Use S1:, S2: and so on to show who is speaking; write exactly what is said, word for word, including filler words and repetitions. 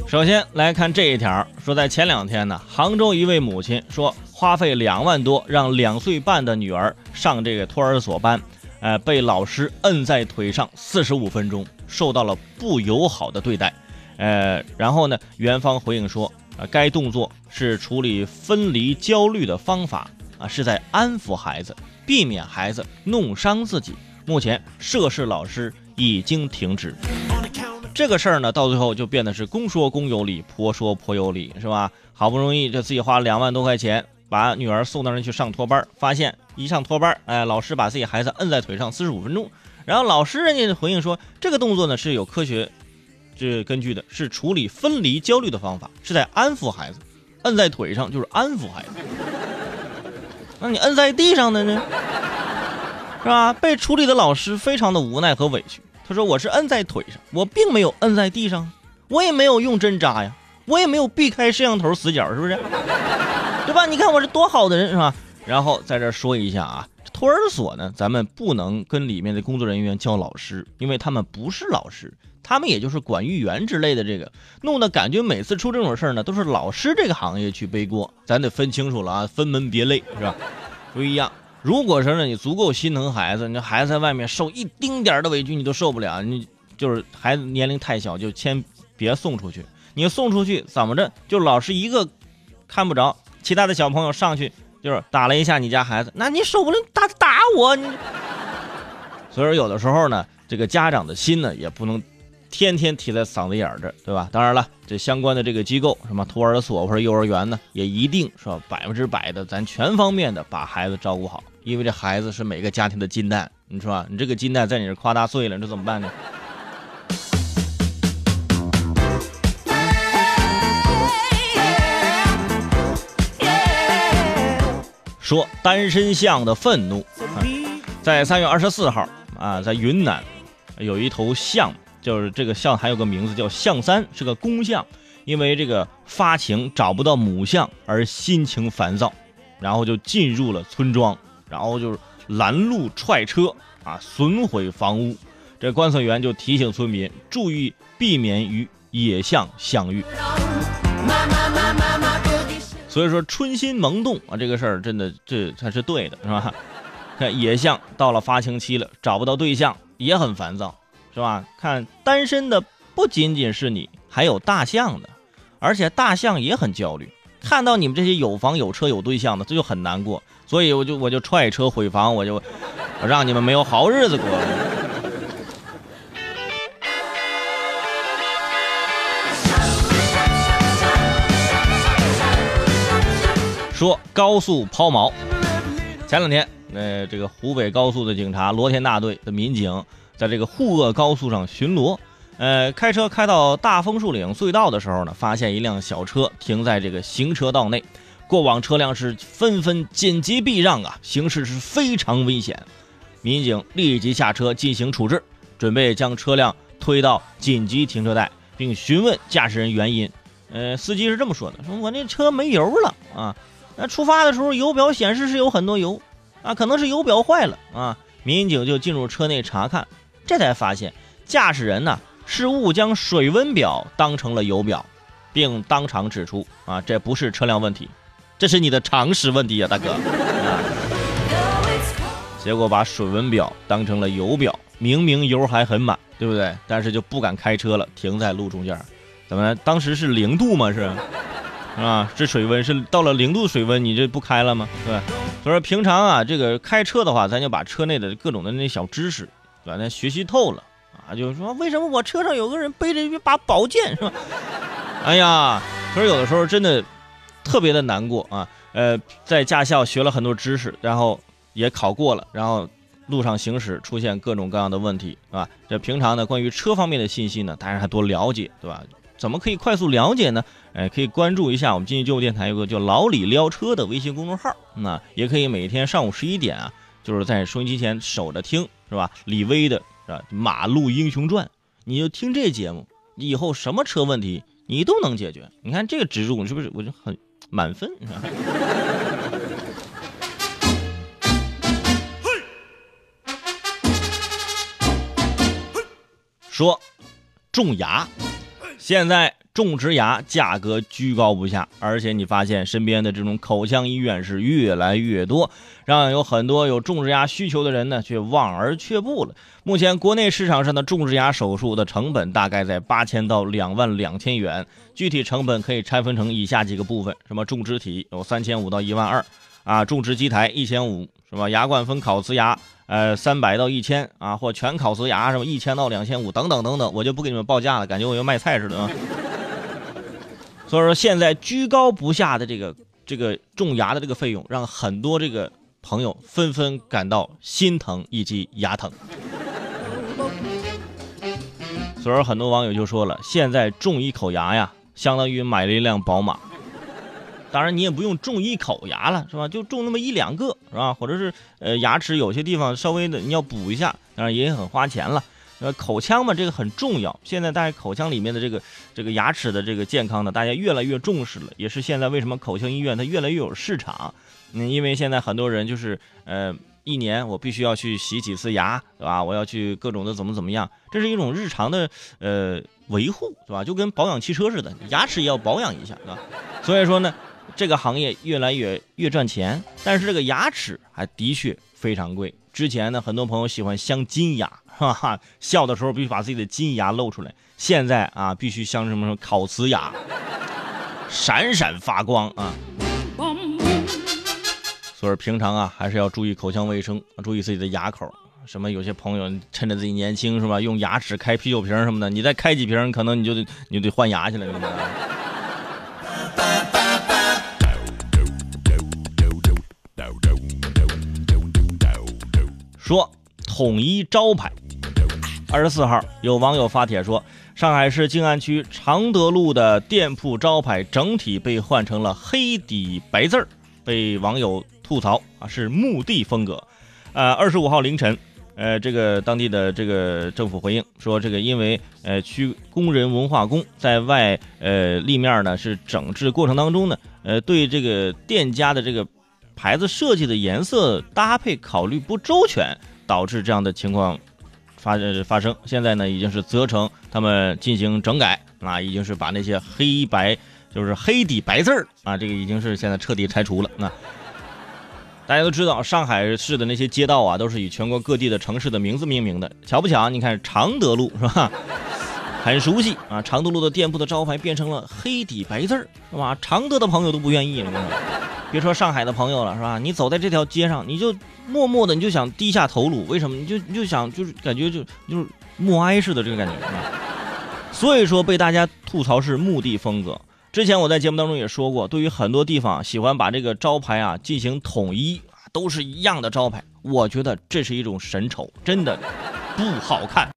S1: 首先来看这一条，说在前两天呢，杭州一位母亲说花费两万多让两岁半的女儿上这个托儿所班，呃，被老师摁在腿上四十五分钟，受到了不友好的对待。呃，然后呢，园方回应说，呃，该动作是处理分离焦虑的方法啊，是在安抚孩子，避免孩子弄伤自己。目前涉事老师已经停职。这个事儿呢，到最后就变得是公说公有理，婆说婆有理，是吧？好不容易这自己花了两万多块钱，把女儿送到人去上托班，发现一上托班，哎，老师把自己孩子摁在腿上四十五分钟。然后老师人家回应说，这个动作呢是有科学这根据的，是处理分离焦虑的方法，是在安抚孩子。摁在腿上就是安抚孩子，那你摁在地上的呢，是吧？被处理的老师非常的无奈和委屈。他说，我是摁在腿上，我并没有摁在地上，我也没有用针扎呀，我也没有避开摄像头死角，是不是？对吧？你看我是多好的人，是吧？然后在这说一下啊，托儿所呢，咱们不能跟里面的工作人员叫老师，因为他们不是老师，他们也就是管育员之类的，这个弄得感觉每次出这种事儿呢，都是老师这个行业去背锅，咱得分清楚了啊，分门别类，是吧？不一样。如果说呢，你足够心疼孩子，你孩子在外面受一丁点的委屈你都受不了，你就是孩子年龄太小，就先别送出去。你送出去怎么着，就老师一个看不着，其他的小朋友上去就是打了一下你家孩子，那你受不了，打打我你。所以说有的时候呢，这个家长的心呢也不能天天提在嗓子眼儿这，对吧？当然了，这相关的这个机构，什么托儿所或者幼儿园呢，也一定是吧百分之百的，咱全方面的把孩子照顾好，因为这孩子是每个家庭的金蛋，你说吧？你这个金蛋在你这夸大碎了，这怎么办呢？说单身象的愤怒，啊、在三月二十四号啊，在云南有一头象。就是这个象还有个名字叫象三，是个公象，因为这个发情找不到母象而心情烦躁，然后就进入了村庄，然后就是拦路踹车啊，损毁房屋。这观测员就提醒村民注意避免与野象相遇。所以说春心萌动啊，这个事儿真的这才是对的，是吧？看野象到了发情期了，找不到对象也很烦躁。是吧？看单身的不仅仅是你，还有大象的，而且大象也很焦虑，看到你们这些有房有车有对象的，这就很难过，所以我就我就踹车毁房，我就我让你们没有好日子过。说高速抛锚，前两天，呃，这个湖北高速的警察罗田大队的民警。在这个沪鄂高速上巡逻，呃，开车开到大枫树岭隧道的时候呢，发现一辆小车停在这个行车道内，过往车辆是纷纷紧急避让啊，形势是非常危险。民警立即下车进行处置，准备将车辆推到紧急停车带，并询问驾驶人原因。呃，司机是这么说的：说我那车没油了啊，那出发的时候油表显示是有很多油啊，可能是油表坏了啊。民警就进入车内查看。这才发现驾驶人呢失误将水温表当成了油表，并当场指出啊，这不是车辆问题，这是你的常识问题呀、啊，大哥、啊。结果把水温表当成了油表，明明油还很满，对不对？但是就不敢开车了，停在路中间。怎么当时是零度吗？是啊，这水温是到了零度水温，你这不开了吗？对吧？所以说平常啊，这个开车的话，咱就把车内的各种的那小知识。对吧？那学习透了啊，就是说为什么我车上有个人背着一把宝剑，是吧？哎呀，所以有的时候真的特别的难过啊。呃，在驾校学了很多知识，然后也考过了，然后路上行驶出现各种各样的问题，是吧？这平常呢，关于车方面的信息呢，当然还多了解，对吧？怎么可以快速了解呢？哎，可以关注一下我们经济救护电台有个叫老李撩车的微信公众号，那也可以每天上午十一点啊，就是在收音机前守着听。是吧？李威的是吧？马路英雄传，你就听这节目，你以后什么车问题你都能解决。你看这个植入是不是我就很满分？说种牙，现在种植牙价格居高不下，而且你发现身边的这种口腔医院是越来越多，让有很多有种植牙需求的人呢却望而却步了。目前国内市场上的种植牙手术的成本大概在八千到两万两千元，具体成本可以拆分成以下几个部分：什么种植体有三千五到一万二啊，种植基台一千五，是吧？牙冠分烤瓷牙。呃，三百到一千啊，或全烤瓷牙什么一千到两千五等等等等，我就不给你们报价了，感觉我又卖菜似的啊。所以说，现在居高不下的这个这个种牙的这个费用，让很多这个朋友纷纷感到心疼以及牙疼。所以说，很多网友就说了，现在种一口牙呀，相当于买了一辆宝马。当然你也不用种一口牙了，是吧？就种那么一两个，是吧？或者是呃牙齿有些地方稍微的你要补一下，当然也很花钱了。呃，口腔嘛，这个很重要。现在大家口腔里面的这个这个牙齿的这个健康呢，大家越来越重视了，也是现在为什么口腔医院它越来越有市场。嗯，因为现在很多人就是呃一年我必须要去洗几次牙，对吧？我要去各种的怎么怎么样，这是一种日常的呃维护，对吧？就跟保养汽车似的，牙齿也要保养一下，对吧？所以说呢。这个行业越来越越赚钱，但是这个牙齿还的确非常贵。之前呢，很多朋友喜欢镶金牙，哈哈，笑的时候必须把自己的金牙露出来。现在啊，必须镶什么什么烤瓷牙，闪闪发光啊。所以平常啊，还是要注意口腔卫生，注意自己的牙口。什么有些朋友趁着自己年轻是吧，用牙齿开啤酒瓶什么的，你再开几瓶，可能你就得你就得换牙去了。说统一招牌。二十四号，有网友发帖说，上海市静安区常德路的店铺招牌整体被换成了黑底白字儿，被网友吐槽啊是墓地风格。呃，二十五号凌晨，呃，这个当地的这个政府回应说，这个因为呃区工人文化宫在外呃立面呢是整治过程当中呢，呃对这个店家的这个牌子设计的颜色搭配考虑不周全，导致这样的情况发呃发生。现在呢，已经是责成他们进行整改啊，已经是把那些黑白就是黑底白字儿啊，这个已经是现在彻底拆除了。那大家都知道，上海市的那些街道啊，都是以全国各地的城市的名字命名的。巧不巧，你看常德路是吧？很熟悉啊，常德路的店铺的招牌变成了黑底白字儿，是吧？常德的朋友都不愿意了。别说上海的朋友了，是吧？你走在这条街上，你就默默的，你就想低下头颅。为什么？你就你就想就是感觉就就是默哀似的这个感觉。所以说被大家吐槽是墓地风格。之前我在节目当中也说过，对于很多地方喜欢把这个招牌啊进行统一，都是一样的招牌，我觉得这是一种神丑，真的不好看。